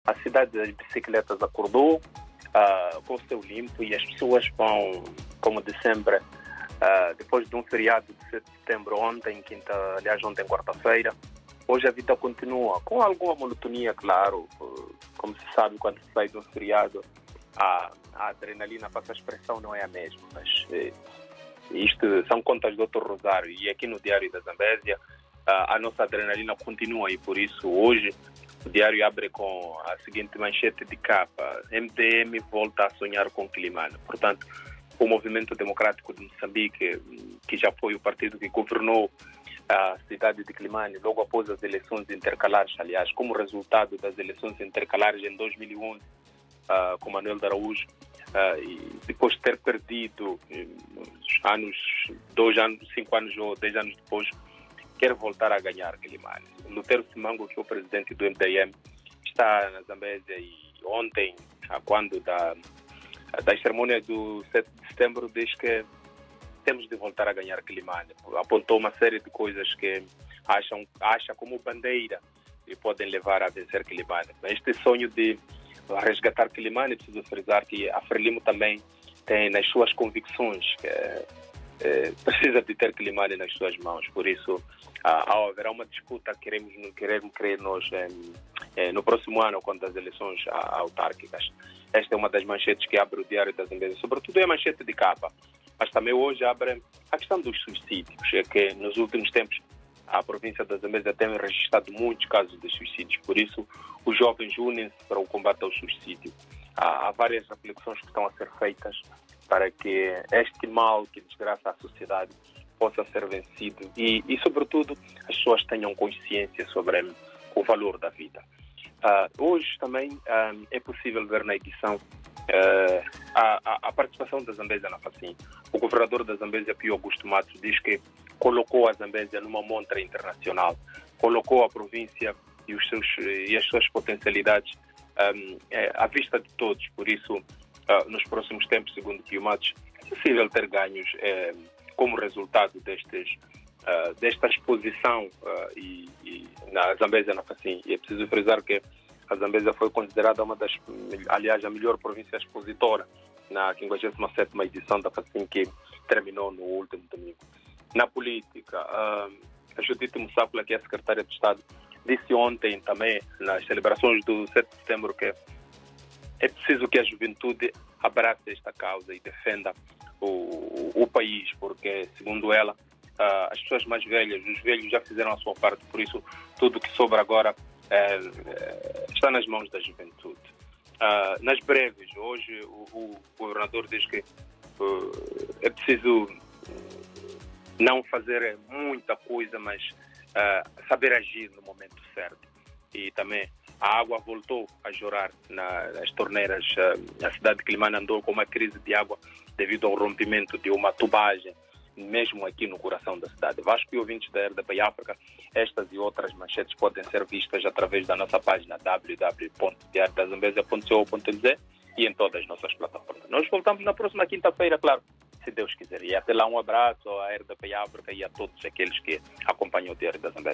A cidade das bicicletas acordou com o seu limpo e as pessoas vão, como de sempre, depois de um feriado de 7 de setembro ontem, quarta-feira, hoje a vida continua, com alguma monotonia, claro. Como se sabe, quando se sai de um feriado, a adrenalina, passa a expressão, não é a mesma, mas isto são contas do Dr. Rosário, e aqui no Diário da Zambésia a nossa adrenalina continua, e por isso hoje o Diário abre com a seguinte manchete de capa: MDM volta a sonhar com Quilimane. Portanto, o Movimento Democrático de Moçambique, que já foi o partido que governou a cidade de Quilimane logo após as eleições intercalares, aliás, como resultado das eleições intercalares em 2011, com Manuel de Araújo, e depois de ter perdido 2 anos, 5 anos ou 10 anos depois, quer voltar a ganhar Quilimane. Lutero Simango, que é o presidente do MDM, está na Zambésia, e ontem, quando das cerimônias do 7 de setembro, diz que temos de voltar a ganhar Quilimane. Apontou uma série de coisas que acha como bandeira e podem levar a vencer Quilimane. Este sonho de resgatar Quilimane, preciso frisar que a Frelimo também tem nas suas convicções que precisa de ter Quilimane nas suas mãos. Por isso, haverá uma disputa, queremos crer nós, no próximo ano, quando as eleições autárquicas. Esta é uma das manchetes que abre o Diário da Zambésia, sobretudo é a manchete de capa, mas também hoje abre a questão dos suicídios. É que nos últimos tempos a província da Zambésia tem registrado muitos casos de suicídios, por isso os jovens unem-se para o combate ao suicídio. Há várias reflexões que estão a ser feitas para que este mal que desgraça a sociedade possa ser vencido e, sobretudo, as pessoas tenham consciência sobre o valor da vida. Hoje também é possível ver na edição a participação da Zambésia na FACIM. O governador da Zambésia, Pio Augusto Matos, diz que colocou a Zambésia numa montra internacional, colocou a província e as suas potencialidades à vista de todos. Por isso, nos próximos tempos, segundo Pio Matos, é possível ter ganhos como resultado desta exposição e na Zambésia na FACIM. E é preciso frisar que a Zambésia foi considerada aliás, a melhor província expositora na 57ª edição da FACIM, que terminou no último domingo. Na política, a Judite Mussápula, que é a secretária de Estado, disse ontem também, nas celebrações do 7 de setembro, que é preciso que a juventude abrace esta causa e defenda o país, porque, segundo ela, as pessoas mais velhas, os velhos já fizeram a sua parte, por isso tudo que sobra agora está nas mãos da juventude. Nas breves, hoje o governador diz que é preciso não fazer muita coisa, mas saber agir no momento certo. E também a água voltou a jorrar nas torneiras. A cidade de Quilimane andou com uma crise de água devido ao rompimento de uma tubagem, mesmo aqui no coração da cidade. Vasco e ouvintes da RDP África, estas e outras manchetes podem ser vistas através da nossa página www.diariodazambésia.co.nz e em todas as nossas plataformas. Nós voltamos na próxima quinta-feira, claro, se Deus quiser. E até lá, um abraço à RDP África e a todos aqueles que acompanham o Diário da Zambésia.